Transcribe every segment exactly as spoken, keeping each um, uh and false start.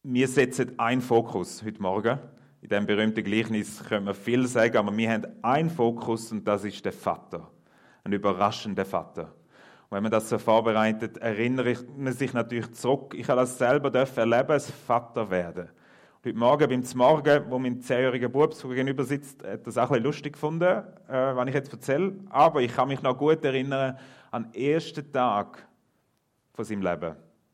wir setzen einen Fokus heute Morgen. In diesem berühmten Gleichnis können wir viel sagen, aber wir haben einen Fokus und das ist der Vater. Ein überraschender Vater. Und wenn man das so vorbereitet, erinnert man sich natürlich zurück. Ich habe das selber erleben, als Vater werden. Und heute Morgen, beim Zmorgen, wo mein zehnjähriger Bub so gegenüber sitzt, hat das auch ein bisschen lustig gefunden, äh, was ich jetzt erzähle. Aber ich kann mich noch gut erinnern an den ersten Tag von seinem Leben.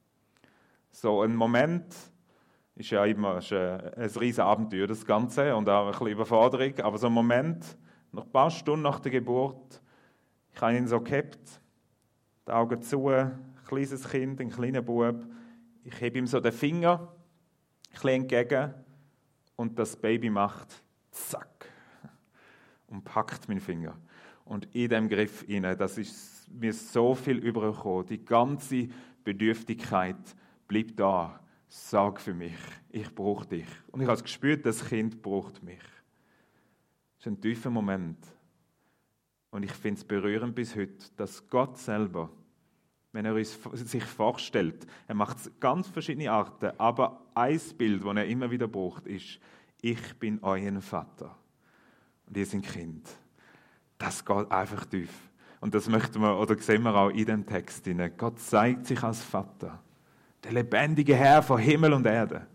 So ein Moment ist ja immer ist ein, ein riesiges Abenteuer, das Ganze, und auch ein bisschen Überforderung. Aber so ein Moment, noch ein paar Stunden nach der Geburt, ich habe ihn so gehabt, die Augen zu, ein kleines Kind, ein kleiner Bub. Ich hebe ihm so den Finger, ein bisschen entgegen, und das Baby macht zack und packt meinen Finger. Und in diesem Griff rein, das ist mir so viel übergekommen. Die ganze Bedürftigkeit bleibt da. Sag für mich, ich brauche dich. Und ich habe gespürt, das Kind braucht mich. Das ist ein tiefer Moment. Und ich finde es berührend bis heute, dass Gott selber, wenn er uns, sich vorstellt, er macht es ganz verschiedene Arten, aber ein Bild, das er immer wieder braucht, ist, ich bin euer Vater und ihr seid Kind. Das geht einfach tief. Und das möchten wir, oder sehen wir auch in dem Text. Gott zeigt sich als Vater, der lebendige Herr von Himmel und Erde.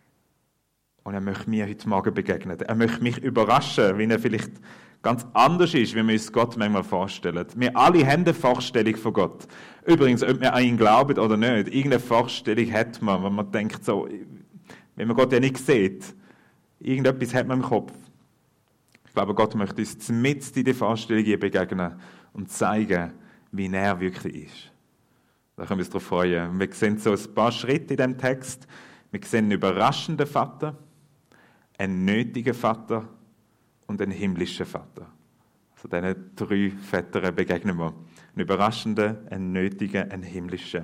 Und er möchte mir heute Morgen begegnen. Er möchte mich überraschen, wie er vielleicht ganz anders ist, wie wir uns Gott manchmal vorstellen. Wir alle haben eine Vorstellung von Gott. Übrigens, ob wir an ihn glauben oder nicht, irgendeine Vorstellung hat man, wenn man denkt, so, wenn man Gott ja nicht sieht, irgendetwas hat man im Kopf. Ich glaube, Gott möchte uns mitten in die Vorstellung hier begegnen und zeigen, wie er wirklich ist. Da können wir uns darauf freuen. Wir sehen so ein paar Schritte in diesem Text. Wir sehen einen überraschenden Vater, einen nötigen Vater und einen himmlischen Vater. Also diesen drei Vätern begegnen wir. Einen überraschenden, einen nötigen, einen himmlischen.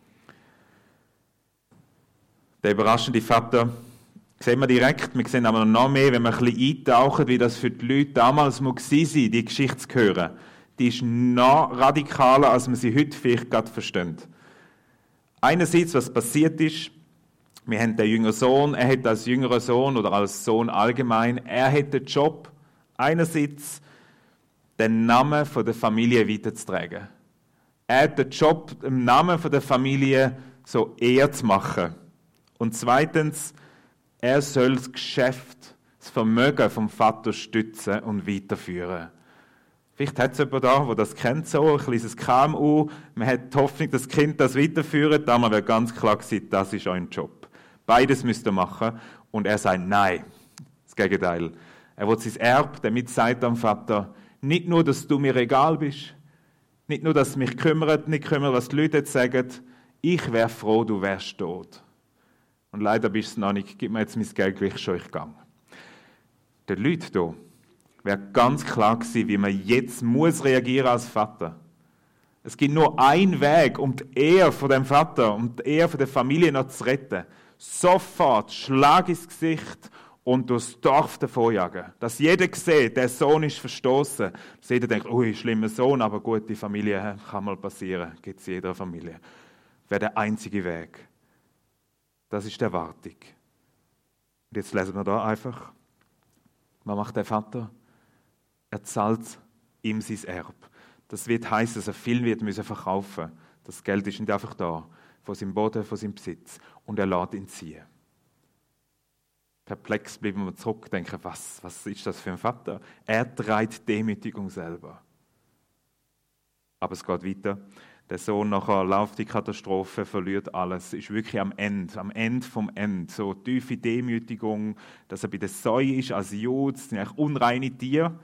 Der überraschende Vater sehen wir direkt. Wir sehen aber noch mehr, wenn wir ein bisschen eintauchen, wie das für die Leute damals war, die Geschichte zu hören. Die ist noch radikaler, als man sie heute vielleicht gerade versteht. Einerseits, was passiert ist, wir haben den jüngeren Sohn, er hat als jüngerer Sohn oder als Sohn allgemein, er hat den Job, einerseits den Namen der Familie weiterzutragen. Er hat den Job, im Namen der Familie so eher zu machen. Und zweitens, er soll das Geschäft, das Vermögen vom Vater stützen und weiterführen. Vielleicht hat es jemand da, der das kennt, so ein kleines K M U. Man hat die Hoffnung, dass das Kind das weiterführt. Damals wäre ganz klar gewesen, das ist euer Job. Beides müsst ihr machen. Und er sagt, nein, das Gegenteil. Er will sein Erbe, damit sagt am Vater, nicht nur, dass du mir egal bist, nicht nur, dass es mich kümmert, nicht kümmert, was die Leute jetzt sagen, ich wäre froh, du wärst tot. Und leider bist du es noch nicht, gib mir jetzt mein Geld, gleich schon ich gehe. Die Leute hier, wäre ganz klar gewesen, wie man jetzt muss reagieren als Vater. Es gibt nur einen Weg, um die Ehre von dem Vater, um die Ehre von der Familie noch zu retten. Sofort Schlag ins Gesicht und durchs Dorf davonjagen. Dass jeder sieht, der Sohn ist verstoßen. Dass jeder denkt, ui, schlimmer Sohn, aber gut, die Familie kann mal passieren. Gibt es jeder Familie. Das wäre der einzige Weg. Das ist die Erwartung. Und jetzt lesen wir da einfach, was macht der Vater? Er zahlt ihm sein Erbe. Das wird heißen, dass er viel wird müssen verkaufen. Das Geld ist nicht einfach da, von seinem Boden, von seinem Besitz. Und er lässt ihn ziehen. Perplex bleiben wir zurück, denken, was, was ist das für ein Vater? Er trägt Demütigung selber. Aber es geht weiter. Der Sohn nachher läuft die Katastrophe, verliert alles, ist wirklich am Ende, am Ende vom Ende. So tiefe Demütigung, dass er bei der Säue ist, als Jude, das sind eigentlich unreine Tiere.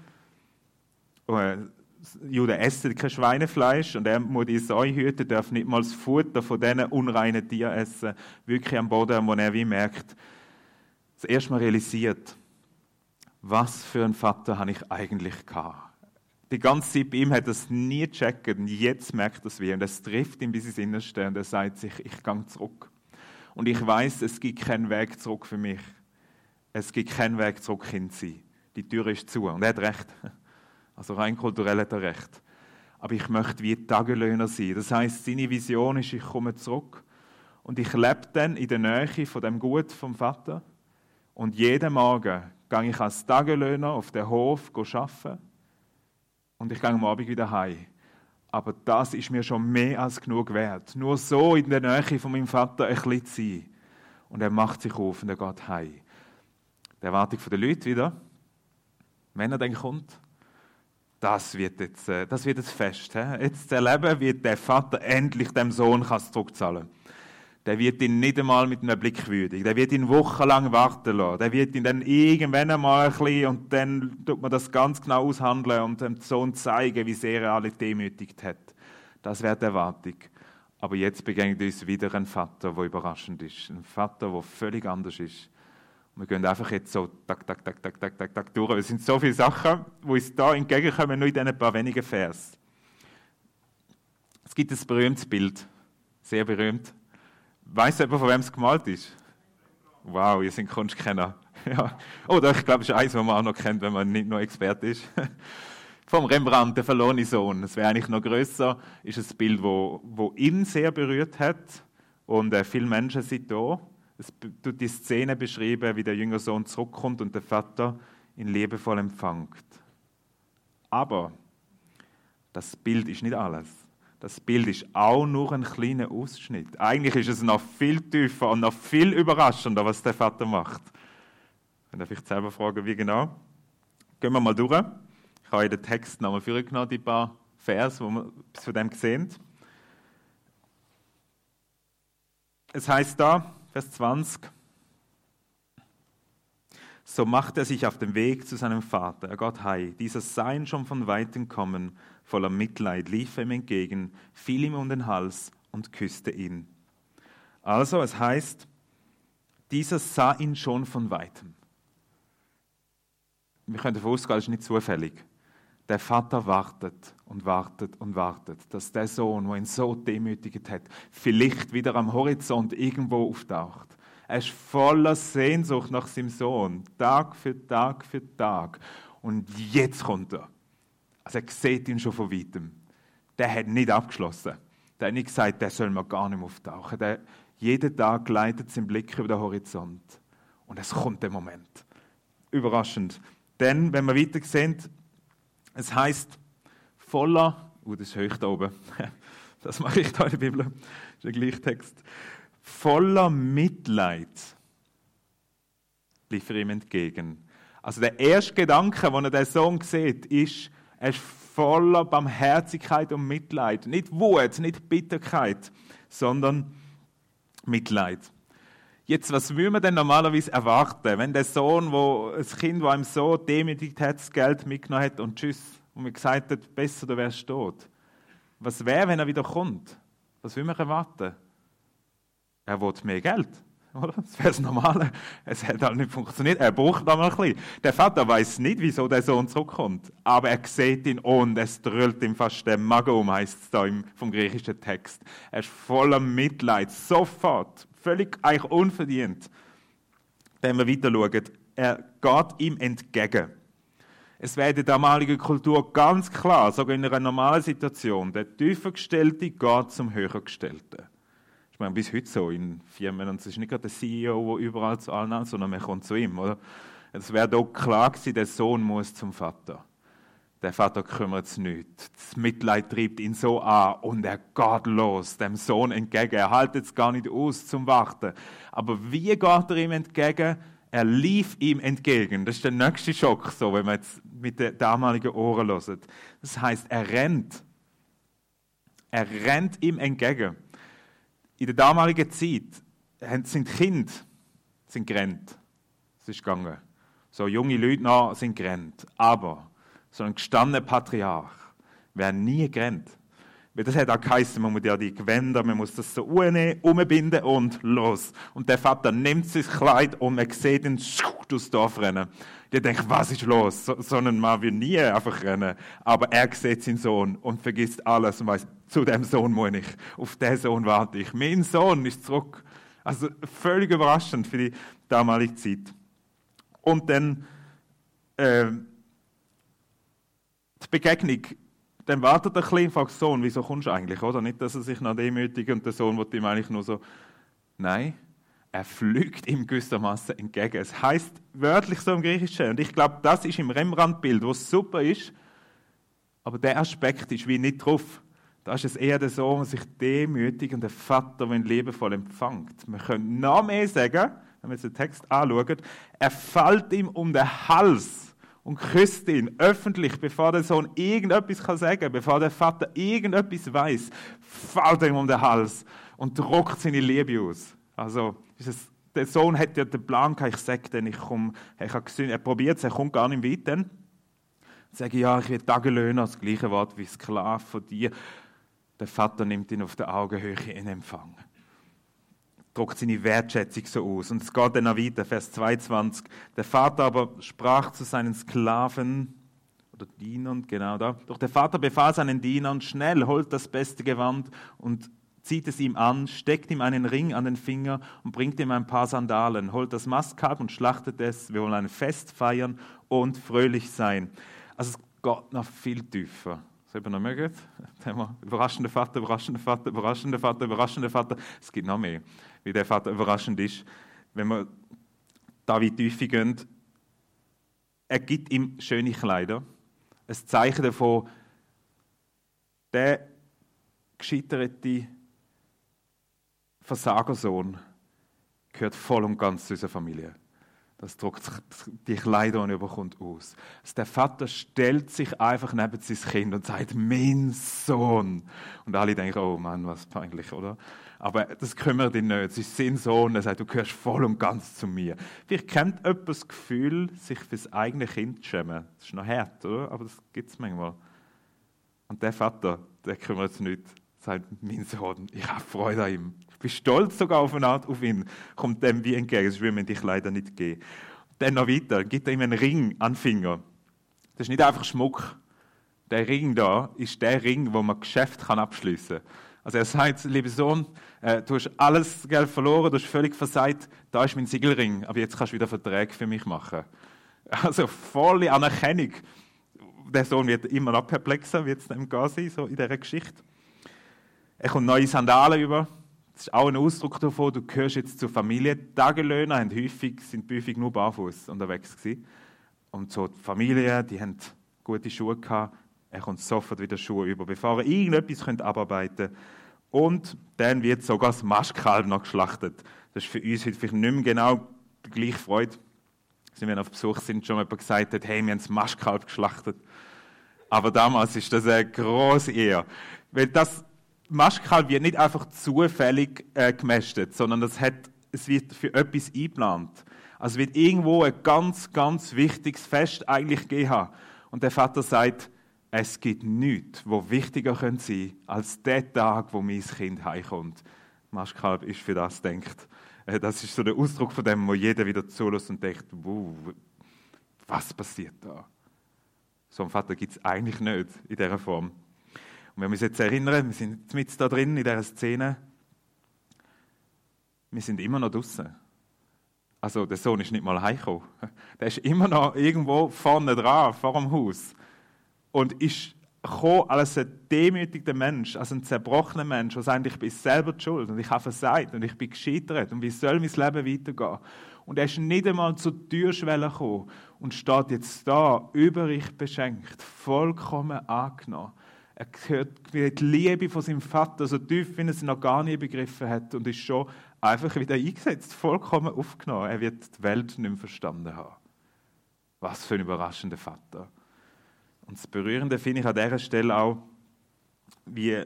Juden essen kein Schweinefleisch und er muss die Säue hüten, darf nicht mal das Futter von diesen unreinen Tieren essen. Wirklich am Boden, wo er wie merkt, das erste Mal realisiert, was für einen Vater habe ich eigentlich gehabt. Die ganze Zeit bei ihm hat er es nie gecheckt und jetzt merkt er es wie. Und es trifft ihn bis ins Innerste und er sagt sich, ich gehe zurück. Und ich weiß, es gibt keinen Weg zurück für mich. Es gibt keinen Weg zurück hin zu sein. Die Tür ist zu und er hat recht. Also rein kulturell hat er recht. Aber ich möchte wie Tagelöhner sein. Das heisst, seine Vision ist, ich komme zurück Und ich lebe dann in der Nähe von dem Gut vom Vater. Und jeden Morgen gehe ich als Tagelöhner auf den Hof arbeiten. Und ich gehe am Abend wieder heim. Aber das ist mir schon mehr als genug wert. Nur so in der Nähe von meinem Vater ein bisschen zu sein. Und er macht sich auf und er geht heim. Die Erwartung der Leute wieder, wenn er dann kommt, das wird jetzt, das wird jetzt fest. He? Jetzt zu erleben, wie der Vater endlich dem Sohn zurückzahlen kann. Der wird ihn nicht einmal mit einem Blick würdigen. Der wird ihn wochenlang warten lassen. Der wird ihn dann irgendwann einmal ein bisschen und dann tut man das ganz genau aushandeln und dem Sohn zeigen, wie sehr er alle demütigt hat. Das wäre die Erwartung. Aber jetzt begegnet uns wieder ein Vater, der überraschend ist. Ein Vater, der völlig anders ist. Und wir gehen einfach jetzt so tak, tak, tak, tak, tak, tak, tak durch. Es sind so viele Sachen, die uns da entgegenkommen, nur in diesen paar wenigen Vers. Es gibt ein berühmtes Bild. Sehr berühmt. Weiss jemand, von wem es gemalt ist? Wow, ihr seid Kunstkenner. Ja. Oder ich glaube, es ist eins, das man auch noch kennt, wenn man nicht nur Experte ist. Vom Rembrandt, der verlorene Sohn. Es wäre eigentlich noch grösser. Ist ein Bild, wo, wo ihn sehr berührt hat. Und äh, viele Menschen sind da. Es tut die Szene beschreiben, wie der jüngere Sohn zurückkommt und der Vater ihn liebevoll empfängt. Aber das Bild ist nicht alles. Das Bild ist auch nur ein kleiner Ausschnitt. Eigentlich ist es noch viel tiefer und noch viel überraschender, was der Vater macht. Wenn ihr euch selber fragen, wie genau. Gehen wir mal durch. Ich habe in den Text nochmal vorgenommen, die paar Verse, wo wir etwas von dem sehen. Es heißt da, Vers zwanzig, so macht er sich auf den Weg zu seinem Vater, er Gott heim. Dieser sah ihn schon von Weitem kommen, voller Mitleid, lief er ihm entgegen, fiel ihm um den Hals und küsste ihn. Also, es heißt, dieser sah ihn schon von Weitem. Wir können davon ausgehen, das ist nicht zufällig. Der Vater wartet und wartet und wartet, dass der Sohn, der ihn so demütigt hat, vielleicht wieder am Horizont irgendwo auftaucht. Er ist voller Sehnsucht nach seinem Sohn, Tag für Tag für Tag. Und jetzt kommt er. Also er sieht ihn schon von weitem. Der hat nicht abgeschlossen. Der hat nicht gesagt, der soll mir gar nicht mehr auftauchen. Der, jeden Tag gleitet sein Blick über den Horizont. Und es kommt der Moment. Überraschend. Denn, wenn wir weiter sehen, es heisst, voller, oh, das ist hoch da oben, das mache ich da in der Bibel, das ist der gleiche Text, voller Mitleid lief er ihm entgegen. Also der erste Gedanke, den er den Sohn sieht, ist, er ist voller Barmherzigkeit und Mitleid. Nicht Wut, nicht Bitterkeit, sondern Mitleid. Jetzt, was würde man denn normalerweise erwarten, wenn der Sohn, wo ein Kind, das ihm so demütigt hat, das Geld mitgenommen hat und tschüss, und mir gesagt hat, besser du wärst tot. Was wäre, wenn er wieder kommt? Was will man erwarten? Er will mehr Geld, oder? Das wäre das Normale. Es hat halt nicht funktioniert. Er braucht noch mal ein bisschen. Der Vater weiß nicht, wieso der Sohn zurückkommt, aber er sieht ihn und es dröhlt ihm fast den Magen um, heisst es da im, vom griechischen Text. Er ist voller Mitleid, sofort. Völlig eigentlich unverdient. Wenn wir weiter schauen, er geht ihm entgegen. Es wäre in der damaligen Kultur ganz klar, sogar in einer normalen Situation, der Tiefergestellte geht zum Höhergestellten. Ich meine, bis heute so in Firmen, und es ist nicht gerade der C E O, der überall zu allen ist, sondern man kommt zu ihm. Oder? Es wäre doch klar gewesen, der Sohn muss zum Vater. Der Vater kümmert es nicht. Das Mitleid treibt ihn so an und er geht los, dem Sohn entgegen. Er hält es gar nicht aus zum Warten. Aber wie geht er ihm entgegen? Er lief ihm entgegen. Das ist der nächste Schock, so, wenn man jetzt mit den damaligen Ohren hört. Das heisst, er rennt. Er rennt ihm entgegen. In der damaligen Zeit sind Kinder sind gerannt. Es ist gegangen. So junge Leute noch sind gerannt. Aber so ein gestandener Patriarch wäre nie gerannt. Weil das hat auch geheißen, man muss ja die Gewänder, man muss das so umnehmen, umbinden und los. Und der Vater nimmt sein Kleid und man sieht ihn durchs Dorf rennen. Der denkt, was ist los? So, so ein Mann will nie einfach rennen. Aber er sieht seinen Sohn und vergisst alles und weiss, zu dem Sohn muss ich. Auf den Sohn warte ich. Mein Sohn ist zurück. Also völlig überraschend für die damalige Zeit. Und dann äh, die Begegnung. Dann wartet er ein bisschen und fragt, Sohn, wieso kommst du eigentlich? Oder? Nicht, dass er sich noch demütigt und der Sohn will ihm eigentlich nur so Nein, er fliegt ihm gewissermaßen entgegen. Es heißt wörtlich so im Griechischen. Und ich glaube, das ist im Rembrandt-Bild, wo es super ist. Aber der Aspekt ist wie nicht drauf. Da ist es eher der Sohn, der sich demütigt und der Vater, der ihn liebevoll empfängt. Wir können noch mehr sagen, wenn wir jetzt den Text anschauen, er fällt ihm um den Hals und küsst ihn öffentlich, bevor der Sohn irgendetwas kann sagen, bevor der Vater irgendetwas weiß, fällt er ihm um den Hals und drückt seine Liebe aus. Also, ist es, der Sohn hat ja den Plan gehabt, ich sage dann, ich komme, ich habe gesehen, er probiert es, er kommt gar nicht weit dann. Sage ich, ja, ich will Tagelöhner, das gleiche Wort wie Sklave von dir. Der Vater nimmt ihn auf der Augenhöhe in Empfang. Drückt seine Wertschätzung so aus. Und es geht dann noch weiter, Vers zweiundzwanzig. Der Vater aber sprach zu seinen Sklaven, oder Dienern, genau da. Doch der Vater befahl seinen Dienern, schnell, holt das beste Gewand und zieht es ihm an, steckt ihm einen Ring an den Finger und bringt ihm ein paar Sandalen, holt das Mastkalb und schlachtet es. Wir wollen ein Fest feiern und fröhlich sein. Also es geht noch viel tiefer. Das haben wir noch mögen. Thema überraschender Vater, überraschender Vater, überraschender Vater, überraschender Vater. Es gibt noch mehr, wie der Vater überraschend ist. Wenn wir da wie tiefer gehen, er gibt ihm schöne Kleider. Ein Zeichen davon, der gescheiterte Versagersohn gehört voll und ganz zu unserer Familie. Das drückt sich die Kleider, die er bekommt, aus. Also der Vater stellt sich einfach neben sein Kind und sagt, mein Sohn. Und alle denken, oh Mann, was peinlich, oder? Aber das kümmert ihn nicht. Es ist sein Sohn, er sagt, du gehörst voll und ganz zu mir. Vielleicht kennt jemand das Gefühl, sich für das eigene Kind zu schämen. Das ist noch hart, oder? Aber das gibt es manchmal. Und der Vater, der kümmert sich nicht. Sagt, mein Sohn, ich habe Freude an ihm. Ich bin stolz sogar auf, eine Art auf ihn. Kommt dem wie entgegen, das will mir die Kleider nicht geben. Dann noch weiter, gibt er ihm einen Ring an den Finger. Das ist nicht einfach Schmuck. Der Ring da ist der Ring, wo man Geschäft kann abschliessen kann. Also er sagt, lieber Sohn, äh, du hast alles Geld verloren, du hast völlig versagt, da ist mein Siegelring, aber jetzt kannst du wieder Verträge für mich machen. Also volle Anerkennung. Der Sohn wird immer noch perplexer, wird es dem gehen sein, so in dieser Geschichte. Er kommt neue Sandalen über. Das ist auch ein Ausdruck davon, du gehörst jetzt zur Familie. Tagelöhner haben häufig, sind häufig nur barfuß unterwegs gewesen. Und so die Familie, die haben gute Schuhe gehabt. Er kommt sofort wieder Schuhe über, bevor er irgendetwas abarbeiten könnte. Und dann wird sogar das Mastkalb noch geschlachtet. Das ist für uns heute vielleicht nicht mehr genau die gleiche Freude. Als wir auf Besuch sind, schon jemand gesagt hat, hey, wir haben das Mastkalb geschlachtet. Aber damals ist das eine grosse Ehre. Weil das Mastkalb wird nicht einfach zufällig äh, gemästet, sondern das hat, es wird für etwas eingeplant. Also es wird irgendwo ein ganz, ganz wichtiges Fest eigentlich gegeben haben. Und der Vater sagt, es gibt nichts, was wichtiger sein könnte als der Tag, wo mein Kind heimkommt. Mastkalb ist für das denkt. Äh, das ist so der Ausdruck von dem, wo jeder wieder zulässt und denkt, wow, was passiert da? So einen Vater gibt es eigentlich nicht in dieser Form. Und wenn wir uns jetzt erinnern, wir sind mit da drin in dieser Szene, wir sind immer noch draußen. Also der Sohn ist nicht mal heimgekommen. Der ist immer noch irgendwo vorne dran, vor dem Haus. Und ist gekommen als ein demütiger Mensch, als ein zerbrochener Mensch, der sagt, ich bin selber die Schuld und ich habe versagt und ich bin gescheitert und wie soll mein Leben weitergehen? Und er ist nicht einmal zur Türschwelle gekommen und steht jetzt da, überreich beschenkt, vollkommen angenommen. Er hört die Liebe von seinem Vater so tief, wie er sie noch gar nie begriffen hat und ist schon einfach wieder eingesetzt, vollkommen aufgenommen. Er wird die Welt nicht mehr verstanden haben. Was für ein überraschender Vater. Und das Berührende finde ich an dieser Stelle auch, wie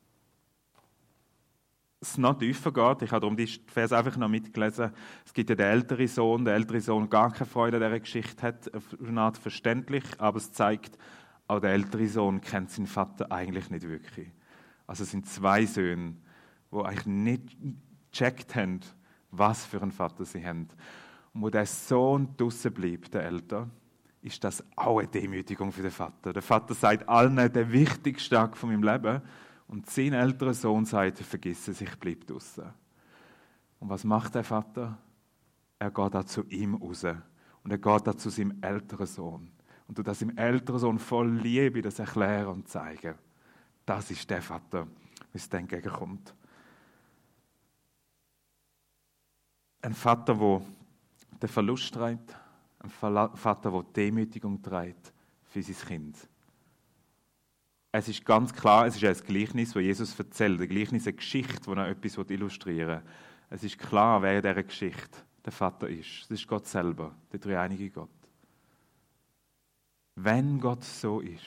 es noch tiefer geht. Ich habe darum die Vers einfach noch mitgelesen. Es gibt ja den älteren Sohn, der ältere Sohn gar keine Freude an dieser Geschichte hat, auf eine Art verständlich, aber es zeigt, auch der ältere Sohn kennt seinen Vater eigentlich nicht wirklich. Also es sind zwei Söhne, die eigentlich nicht gecheckt haben, was für einen Vater sie haben. Und wo der Sohn draussen bleibt, der Ältere, ist das auch eine Demütigung für den Vater. Der Vater sagt allen, der wichtigste Tag von meinem Leben. Und sein älterer Sohn sagt, vergiss es, ich bleibe draussen. Und was macht der Vater? Er geht da zu ihm raus. Und er geht da zu seinem älteren Sohn. Und du das seinem älteren Sohn voll Liebe das erklären und zeigen. Das ist der Vater, wie es dann entgegenkommt. Ein Vater, der den Verlust trägt. Ein Vater, der Demütigung trägt für sein Kind. Es ist ganz klar, es ist ein Gleichnis, das Jesus erzählt. Ein Gleichnis, eine Geschichte, die er etwas illustrieren will. Es ist klar, wer in dieser Geschichte der Vater ist. Das ist Gott selber, der dreieinige Gott. Wenn Gott so ist,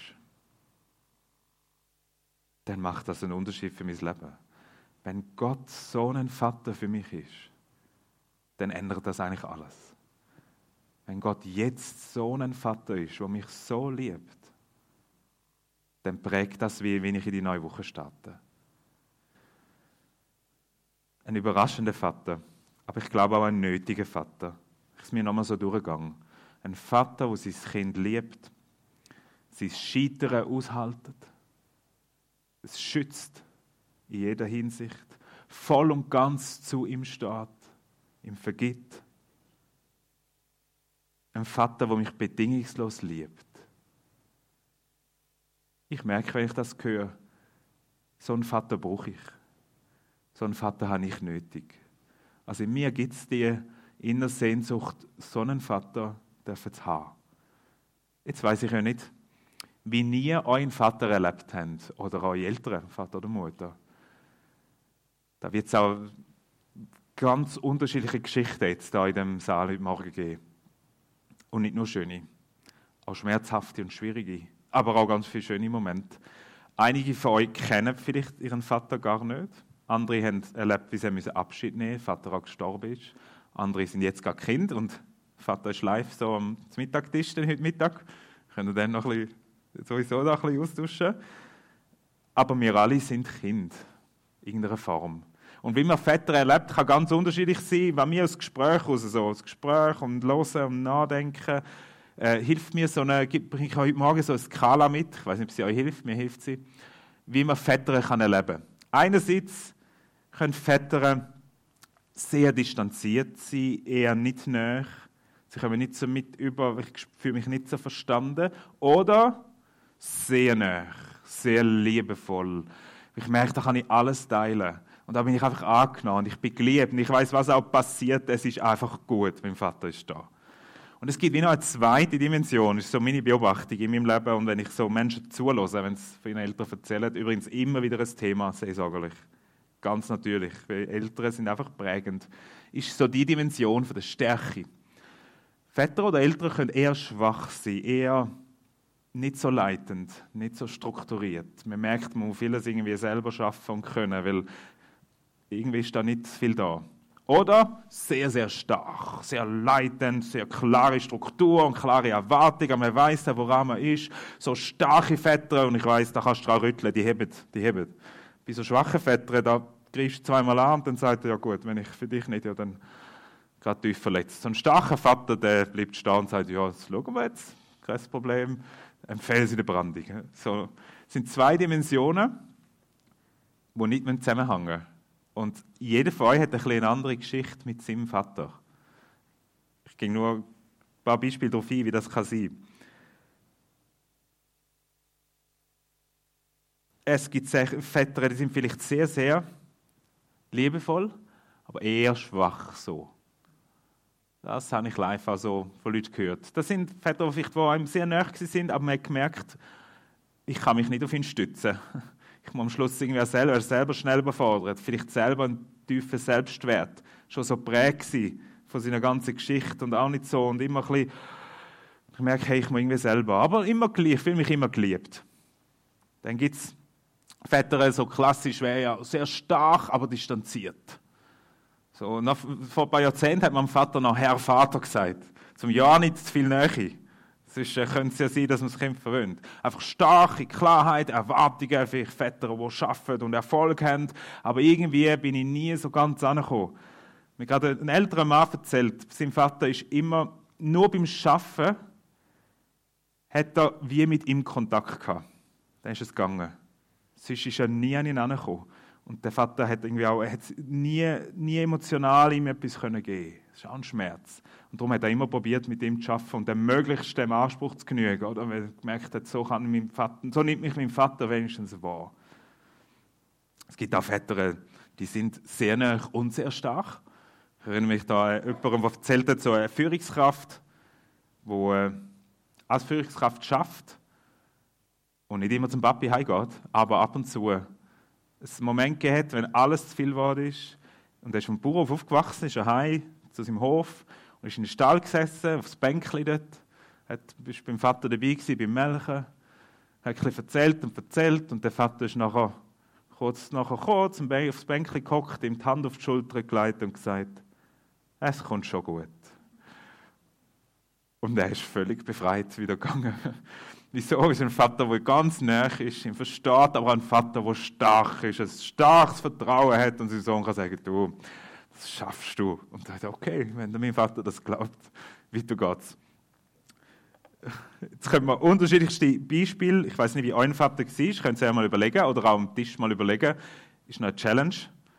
dann macht das einen Unterschied für mein Leben. Wenn Gott so ein Vater für mich ist, dann ändert das eigentlich alles. Wenn Gott jetzt so ein Vater ist, der mich so liebt, dann prägt das, wie wenn ich in die neue Woche starte. Ein überraschender Vater, aber ich glaube auch ein nötiger Vater. Ich es mir nochmal so durchgegangen. Ein Vater, der sein Kind liebt, sein Scheitern aushaltet, es schützt in jeder Hinsicht, voll und ganz zu ihm steht, ihm vergibt. Ein Vater, der mich bedingungslos liebt. Ich merke, wenn ich das höre, so einen Vater brauche ich. So einen Vater habe ich nötig. Also in mir gibt es die innere Sehnsucht, so einen Vater zu haben. Jetzt weiss ich ja nicht, wie ihr euren Vater erlebt habt oder eure Eltern, Vater oder Mutter. Da wird es auch ganz unterschiedliche Geschichten jetzt da in dem Saal heute Morgen geben. Und nicht nur schöne, auch schmerzhafte und schwierige, aber auch ganz viele schöne Momente. Einige von euch kennen vielleicht ihren Vater gar nicht. Andere haben erlebt, wie sie Abschied nehmen mussten, Vater auch gestorben ist. Andere sind jetzt gar Kind und Vater ist live so am Mittagstisch heute Mittag. Können wir dann noch ein bisschen, sowieso noch ein bisschen austauschen. Aber wir alle sind Kind, in irgendeiner Form. Und wie man Väter erlebt, kann ganz unterschiedlich sein. Wenn wir aus Gespräch raus, so das Gespräch und Hören und Nachdenken, äh, hilft mir so eine, bringe ich heute Morgen so eine Skala mit, ich weiß nicht, ob sie euch hilft, mir hilft sie, wie man Väter kann erleben kann. Einerseits können Väter sehr distanziert sein, eher nicht nahe, sie kommen nicht so mit über, ich fühle mich nicht so verstanden, oder sehr nahe, sehr liebevoll. Ich merke, da kann ich alles teilen. Und da bin ich einfach angenommen und ich bin geliebt und ich weiß, was auch passiert, es ist einfach gut, mein Vater ist da. Und es gibt wie noch eine zweite Dimension, das ist so meine Beobachtung in meinem Leben und wenn ich so Menschen zuhöre, wenn sie von ihren Eltern erzählen, übrigens immer wieder ein Thema, seelsorgerlich. Ganz natürlich, weil Eltern sind einfach prägend, ist so die Dimension von der Stärke. Väter oder Eltern können eher schwach sein, eher nicht so leitend, nicht so strukturiert. Man merkt, man muss vieles irgendwie selber schaffen und können, weil irgendwie ist da nicht viel da. Oder sehr, sehr stark, sehr leitend, sehr klare Struktur und klare Erwartungen. Man weiss, woran man ist. So starke Väter, und ich weiss, da kannst du dran rütteln, die heben, die heben. Bei so schwachen Vätern, da greifst du zweimal an und dann sagt er, ja gut, wenn ich für dich nicht, ja dann gerade tief verletzt. So ein starker Vater, der bleibt stehen und sagt, ja, das schauen wir jetzt, kein Problem, empfehlen Sie die Brandung. So, das sind zwei Dimensionen, die nicht zusammenhängen müssen. Und jeder von euch hat ein bisschen eine andere Geschichte mit seinem Vater. Ich gehe nur ein paar Beispiele darauf ein, wie das kann sein. Es gibt Väter, die sind vielleicht sehr, sehr liebevoll, aber eher schwach so. Das habe ich live also von Leuten gehört. Das sind Väter, die vielleicht einem sehr nahe sind, aber man hat gemerkt, ich kann mich nicht auf ihn stützen. Ich muss am Schluss irgendwie selber, selber schnell überfordert, vielleicht selber einen tiefen Selbstwert, schon so prägt von seiner ganzen Geschichte und auch nicht so und immer ein bisschen, ich merke, hey, ich muss irgendwie selber, aber immer gleich, ich fühle mich immer geliebt. Dann gibt es Väter, so klassisch wäre ja sehr stark, aber distanziert. So, nach, vor ein paar Jahrzehnten hat mein Vater noch Herr Vater gesagt, zum Ja nicht zu viel Nähe. Sonst könnte es ja sein, dass man das Kind verwöhnt. Einfach starke Klarheit, Erwartungen für Väter, die arbeiten und Erfolg haben. Aber irgendwie bin ich nie so ganz angekommen. Mir gerade ein älterer Mann erzählt, sein Vater ist immer, nur beim Arbeiten, hat er wie mit ihm Kontakt gehabt. Dann ist es gegangen. Sonst ist er nie an ihn herangekommen. Und der Vater hat irgendwie auch, er hat nie, nie emotional ihm etwas geben können. Das ist auch ein Schmerz. Und darum hat er immer probiert, mit ihm zu arbeiten und dem möglichst dem Anspruch zu genügen. Oder? Weil er gemerkt hat, so, kann mein Vater, so nimmt mich mein Vater wenigstens wahr. Es gibt auch Väter, die sind sehr nah und sehr stark. Ich erinnere mich da an jemanden, der erzählt hat, so eine Führungskraft, die äh, als Führungskraft schafft und nicht immer zum Papi heimgeht, aber ab und zu es einen Moment gegeben hat, wenn alles zu viel geworden ist. Und er ist vom Bauernhof aufgewachsen, ist heim zu seinem Hof und ist in den Stall gesessen, aufs Bänkchen dort. Er war beim Vater dabei gewesen, beim Melken. Er hat ein bisschen erzählt und erzählt und der Vater ist nachher kurz nachher kurz aufs Bänkchen gehockt, ihm die Hand auf die Schulter gelegt und gesagt, es kommt schon gut. Und er ist völlig befreit wieder gegangen. Wieso? Ist ein Vater, der ganz nah ist, ihn versteht, aber ein Vater, der stark ist, ein starkes Vertrauen hat und sein Sohn kann sagen, du, das schaffst du. Und er sagt, okay, wenn mein Vater das glaubt, weiter geht's. Jetzt können wir unterschiedlichste Beispiele, ich weiß nicht, wie euer Vater war, könnt ihr euch mal überlegen, oder auch am Tisch mal überlegen, ist noch eine Challenge.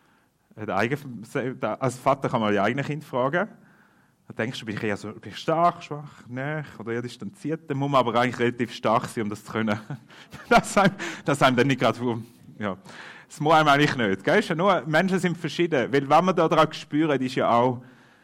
Als Vater kann man die eigenen Kinder fragen. Da denkst du, bin ich eher so, bin ich stark, schwach, nah oder eher distanziert? Dann muss man aber eigentlich relativ stark sein, um das zu können. Das einem, das einem dann nicht gerade, ja, das muss einem eigentlich nicht. Gell? Ja nur, Menschen sind verschieden, weil was wir da daran spüren, ist ja auch,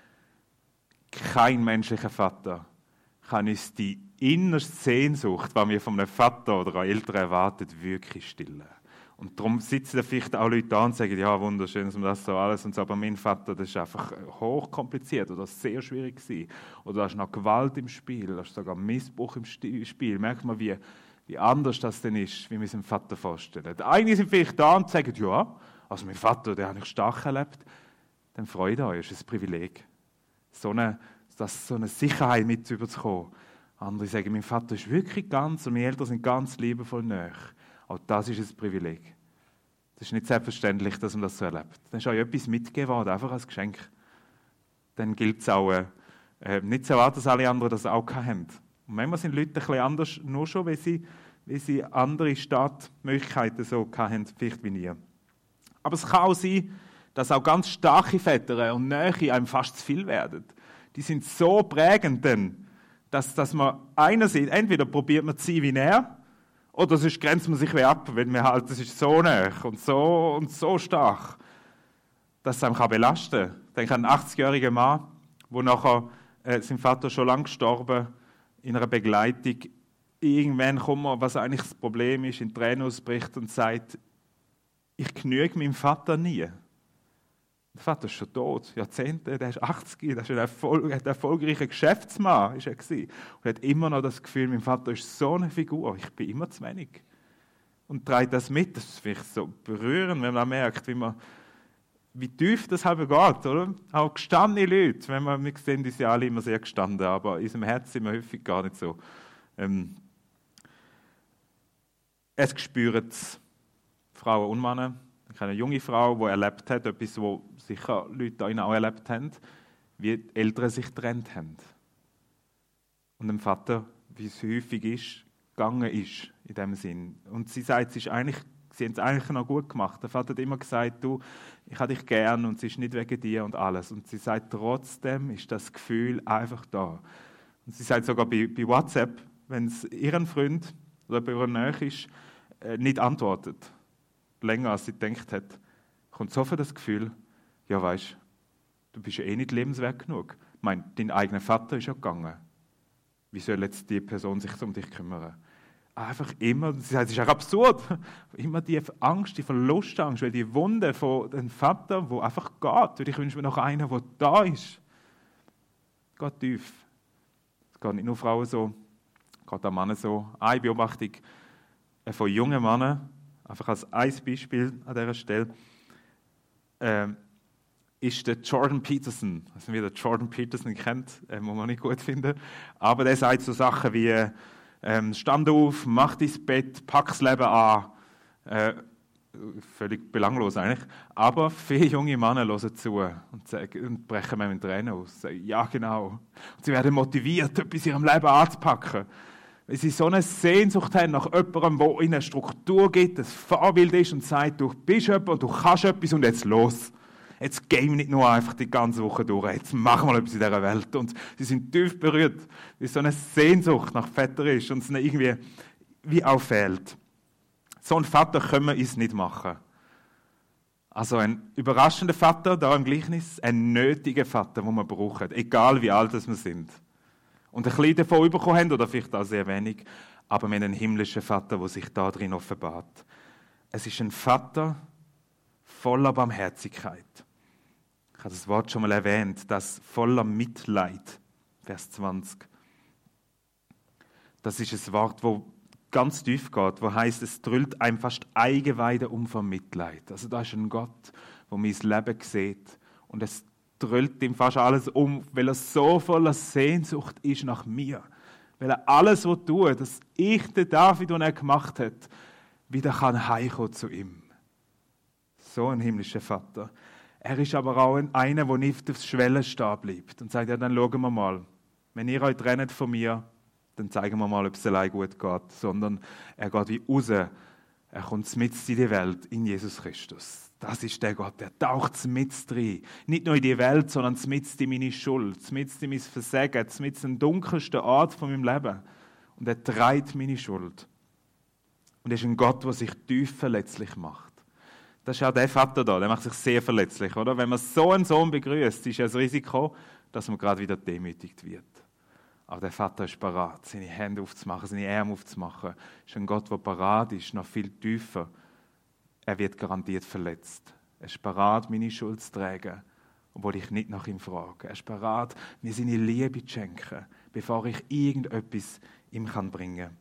kein menschlicher Vater kann uns die innerste Sehnsucht, die wir von einem Vater oder einer Eltern erwarten, wirklich stillen. Und darum sitzen da vielleicht auch Leute da und sagen, ja, wunderschön, dass man das so alles und so, aber mein Vater, das ist einfach hochkompliziert oder sehr schwierig gewesen. Oder da ist noch Gewalt im Spiel, da ist sogar Missbrauch im Spiel. Merkt man, wie, wie anders das denn ist, wie wir es dem Vater vorstellen. Einige sind vielleicht da und sagen, ja, also mein Vater, der hat ich stark erlebt. Dann freut euch, das ist ein Privileg. So eine, das, so eine Sicherheit mit überzukommen. Andere sagen, mein Vater ist wirklich ganz und meine Eltern sind ganz liebevoll nahe. Auch das ist ein Privileg. Das ist nicht selbstverständlich, dass man das so erlebt. Dann ist euch etwas mitgegeben worden, einfach als Geschenk. Dann gilt es auch, äh, nicht zu erwarten, dass alle anderen das auch haben. Und manchmal sind Leute ein bisschen anders, nur schon, weil sie, weil sie andere Startmöglichkeiten so hatten, vielleicht wie ihr. Aber es kann auch sein, dass auch ganz starke Väter und Nähe einem fast zu viel werden. Die sind so prägend, dann, dass, dass man einerseits, entweder probiert man zu sein wie er, oder sonst grenzt man sich wie ab, weil man halt, das ist so nah und so und so stark, dass es einem belasten kann. Ich denke an einen achtzigjährigen Mann, wo nachher, äh, sein Vater schon lange gestorben, in einer Begleitung, irgendwann kommt man, was eigentlich das Problem ist, in Tränen ausbricht und sagt, ich genüge meinem Vater nie. Der Vater ist schon tot, Jahrzehnte, der ist achtzig, der ist ein, Erfolg, ein erfolgreicher Geschäftsmann ist er gewesen. Und hat immer noch das Gefühl, mein Vater ist so eine Figur, ich bin immer zu wenig. Und trägt das mit, das ist vielleicht so berührend, wenn man merkt, wie, man, wie tief das halt geht, oder? Auch gestandene Leute, wenn man, wir sehen uns ja alle immer sehr gestanden, aber in unserem Herzen sind wir häufig gar nicht so. Ähm, es spüren Frauen und Männer. Eine junge Frau, die erlebt hat, etwas, was sicher Leute da auch erlebt haben, wie die Eltern sich getrennt haben. Und dem Vater, wie es häufig ist, gegangen ist, in dem Sinn. Und sie sagt, sie, ist eigentlich, sie haben es eigentlich noch gut gemacht. Der Vater hat immer gesagt, du, ich habe dich gern und es ist nicht wegen dir und alles. Und sie sagt, trotzdem ist das Gefühl einfach da. Und sie sagt sogar bei, bei WhatsApp, wenn es ihren Freund oder bei ihrer Nähe ist, äh, nicht antwortet, länger als sie gedacht hat, kommt sofort das Gefühl, ja weisst, du bist ja eh nicht lebenswert genug. Ich meine, dein eigener Vater ist ja gegangen. Wie soll jetzt die Person sich um dich kümmern? Einfach immer, sie sagt, es ist auch absurd, immer die Angst, die Verlustangst, weil die Wunde von dem Vater, der einfach geht, und ich wünsche mir noch einen, der da ist. Es geht tief. Es geht nicht nur Frauen so, es geht auch Männer so. Eine Beobachtung von jungen Männern, einfach als ein Beispiel an dieser Stelle, ähm, ist der Jordan Peterson. Also wie der Jordan Peterson kennt, äh, muss man nicht gut finden. Aber der sagt so Sachen wie, ähm, stand auf, mach dein Bett, pack das Leben an. Äh, völlig belanglos eigentlich. Aber viele junge Männer hören zu und, sagen, und brechen mir mit Tränen aus. Sagen, ja, genau. Und sie werden motiviert, etwas in ihrem Leben anzupacken. Weil sie so eine Sehnsucht haben nach jemandem, der ihnen eine Struktur gibt, ein Vorbild ist und sagt, du bist jemand und du kannst etwas und jetzt los. Jetzt gehen wir nicht nur einfach die ganze Woche durch, jetzt machen wir etwas in dieser Welt. Und sie sind tief berührt, weil so eine Sehnsucht nach Vater ist und es ihnen irgendwie wie auch fehlt. So einen Vater können wir uns nicht machen. Also ein überraschender Vater, da im Gleichnis, ein nötiger Vater, den wir brauchen, egal wie alt wir sind. Und ein bisschen davon bekommen haben, oder vielleicht auch sehr wenig, aber wir haben einen himmlischen Vater, der sich da drin offenbart. Es ist ein Vater voller Barmherzigkeit. Ich habe das Wort schon mal erwähnt, das voller Mitleid, Vers zwanzig. Das ist ein Wort, das ganz tief geht, wo heißt, es drüllt einem fast Eingeweide um von Mitleid. Also da ist ein Gott, der mein Leben sieht und es drüllt ihm fast alles um, weil er so voller Sehnsucht ist nach mir. Weil er alles, was tut, dass ich den David, den er gemacht hat, wieder kann heimkommen zu ihm. So ein himmlischer Vater. Er ist aber auch einer, der nicht aufs Schwellen stehen bleibt und sagt, ja, dann schauen wir mal. Wenn ihr euch trennt von mir, dann zeigen wir mal, ob es allein gut geht. Sondern er geht wie raus. Er kommt mit in die Welt, in Jesus Christus. Das ist der Gott, der taucht mit rein. Nicht nur in die Welt, sondern mit in meine Schuld, mit in mein Versagen, mit in den dunkelsten Ort von meinem Leben. Und er trägt meine Schuld. Und er ist ein Gott, der sich tief verletzlich macht. Das ist auch der Vater da, der macht sich sehr verletzlich, oder? Wenn man so einen Sohn begrüßt, ist ja das Risiko, dass man gerade wieder demütigt wird. Aber der Vater ist parat, seine Hände aufzumachen, seine Arme aufzumachen. Ist ein Gott, der parat ist, noch viel tiefer. Er wird garantiert verletzt. Er ist parat, meine Schuld zu tragen, obwohl ich nicht nach ihm frage. Er ist parat, mir seine Liebe zu schenken, bevor ich irgendetwas ihm bringen kann.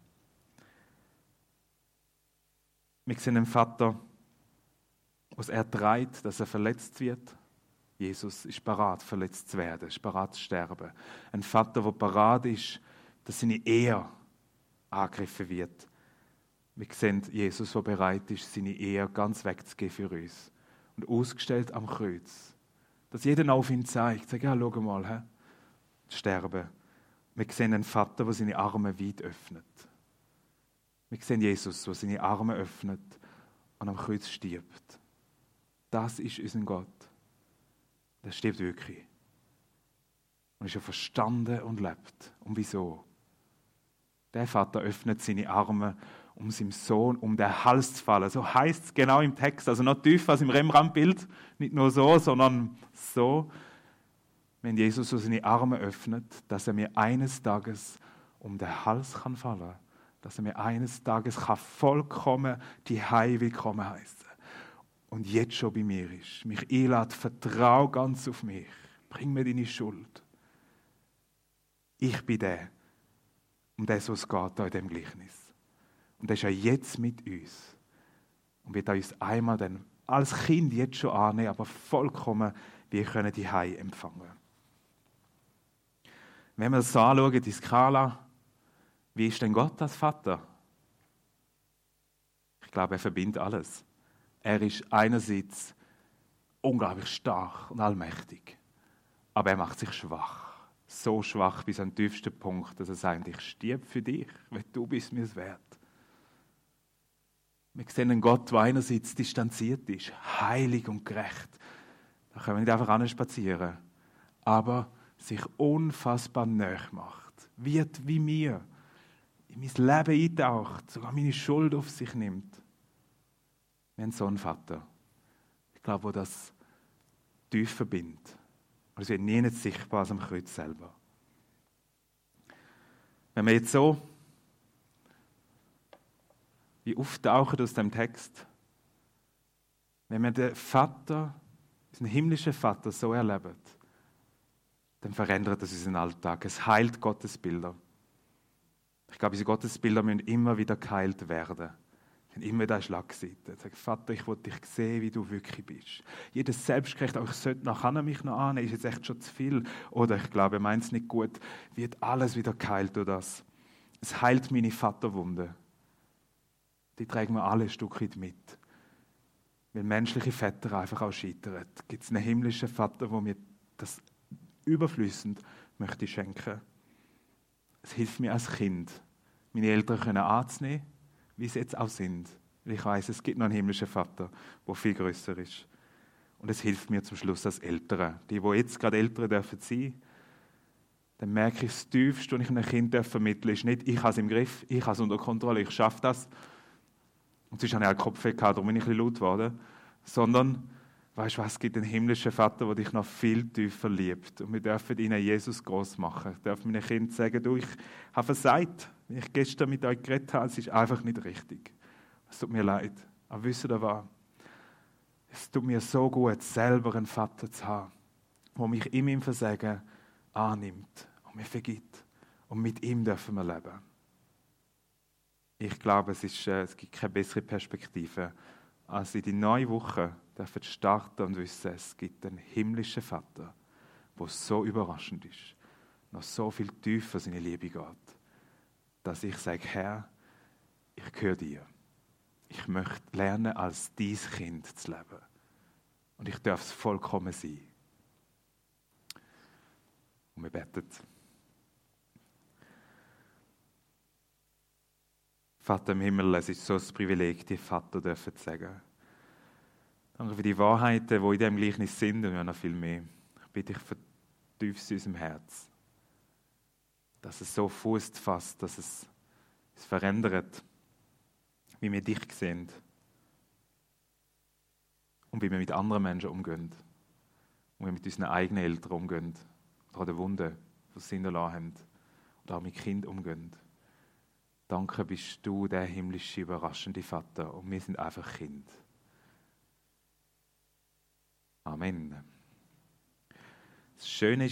Wir sehen einen Vater, was er trägt, dass er verletzt wird. Jesus ist parat, verletzt zu werden, ist parat zu sterben. Ein Vater, der parat ist, dass seine Ehe angegriffen wird. Wir sehen Jesus, der bereit ist, seine Ehe ganz wegzugeben für uns. Und ausgestellt am Kreuz. Dass jeder auf ihn zeigt, sagt, ja, schau mal, he? Sterben. Wir sehen einen Vater, der seine Arme weit öffnet. Wir sehen Jesus, der seine Arme öffnet und am Kreuz stirbt. Das ist unser Gott. Der stirbt wirklich. Und ist ja verstanden und lebt. Und wieso? Der Vater öffnet seine Arme, um seinem Sohn um den Hals zu fallen. So heißt es genau im Text. Also noch tiefer als im Rembrandt-Bild. Nicht nur so, sondern so. Wenn Jesus so seine Arme öffnet, dass er mir eines Tages um den Hals kann fallen. Dass er mir eines Tages kann vollkommen die Hei willkommen heißen. Und jetzt schon bei mir ist. Mich einlädt, vertrau ganz auf mich. Bring mir deine Schuld. Ich bin der, um das, was es geht, da in diesem Gleichnis. Und er ist ja jetzt mit uns. Und wird uns einmal dann als Kind jetzt schon annehmen, aber vollkommen, wir können die Hei empfangen. Wenn wir das so anschauen, die Skala, wie ist denn Gott als Vater? Ich glaube, er verbindet alles. Er ist einerseits unglaublich stark und allmächtig, aber er macht sich schwach. So schwach bis an den tiefsten Punkt, dass er sagt, ich stirb für dich, weil du bist mir es wert. Wir sehen einen Gott, der einerseits distanziert ist, heilig und gerecht. Da können wir nicht einfach anspazieren, aber sich unfassbar nahe macht, wird wie mir, in mein Leben eintaucht, sogar meine Schuld auf sich nimmt. Wir haben so einen Vater. Ich glaube, der das tief verbindet. Und es wird nie nicht sichtbar als am Kreuz selber. Wenn wir jetzt so wie auftauchen aus dem Text, wenn wir den Vater, unseren himmlischen Vater so erleben, dann verändert das unseren Alltag. Es heilt Gottesbilder. Ich glaube, unsere Gottesbilder müssen immer wieder geheilt werden. Und immer da Schlagseite. Sag, Vater, ich will dich sehen, wie du wirklich bist. Jedes Selbstgerecht, auch ich sollte noch, kann er mich noch annehmen, ist jetzt echt schon zu viel. Oder ich glaube, er meint es nicht gut, wird alles wieder geheilt durch das. Es heilt meine Vaterwunde. Die tragen wir alle ein Stück weit mit. Weil menschliche Väter einfach auch scheitern. Gibt es einen himmlischen Vater, der mir das überfließend möchte schenken. Es hilft mir als Kind, meine Eltern können anzunehmen, wie sie jetzt auch sind. Weil ich weiss, es gibt noch einen himmlischen Vater, der viel grösser ist. Und es hilft mir zum Schluss als Eltern. Die, die jetzt gerade Eltern dürfen sein, dann merke ich, das Tiefste, was ich einem Kind vermitteln darf, ist nicht, ich habe es im Griff, ich habe es unter Kontrolle, ich schaffe das. Und sonst habe ich auch den Kopf gehabt, darum bin ich ein bisschen laut geworden. Sondern Weißt du was, es gibt einen himmlischen Vater, der dich noch viel tiefer liebt. Und wir dürfen ihnen Jesus groß machen. Ich darf meinen Kindern sagen, du, ich habe versagt, wenn ich gestern mit euch geredet habe, es ist einfach nicht richtig. Es tut mir leid. Aber wisst ihr was? Es tut mir so gut, selber einen Vater zu haben, der mich in meinem Versagen annimmt und mir vergibt. Und mit ihm dürfen wir leben. Ich glaube, es, ist, es gibt keine bessere Perspektive, als in die neue Woche dürfen starten und wissen, es gibt einen himmlischen Vater, der so überraschend ist, noch so viel tiefer seine Liebe geht, dass ich sage, Herr, ich gehöre dir. Ich möchte lernen, als dein Kind zu leben. Und ich darf es vollkommen sein. Und wir beten. Vater im Himmel, es ist so ein Privileg, die Vater dürfen zu sagen. Danke für die Wahrheiten, die in diesem Gleichnis sind und ja noch viel mehr. Ich bitte dich, vertief sie in unserem Herz. Dass es so Fuß fasst, dass es es verändert, wie wir dich sehen und wie wir mit anderen Menschen umgehen und wie wir mit unseren eigenen Eltern umgehen oder an den Wunden, die sie hinterlassen haben oder auch mit Kindern umgehen. Danke, bist du der himmlische, überraschende Vater und wir sind einfach Kind. Amen. Das Schöne ist,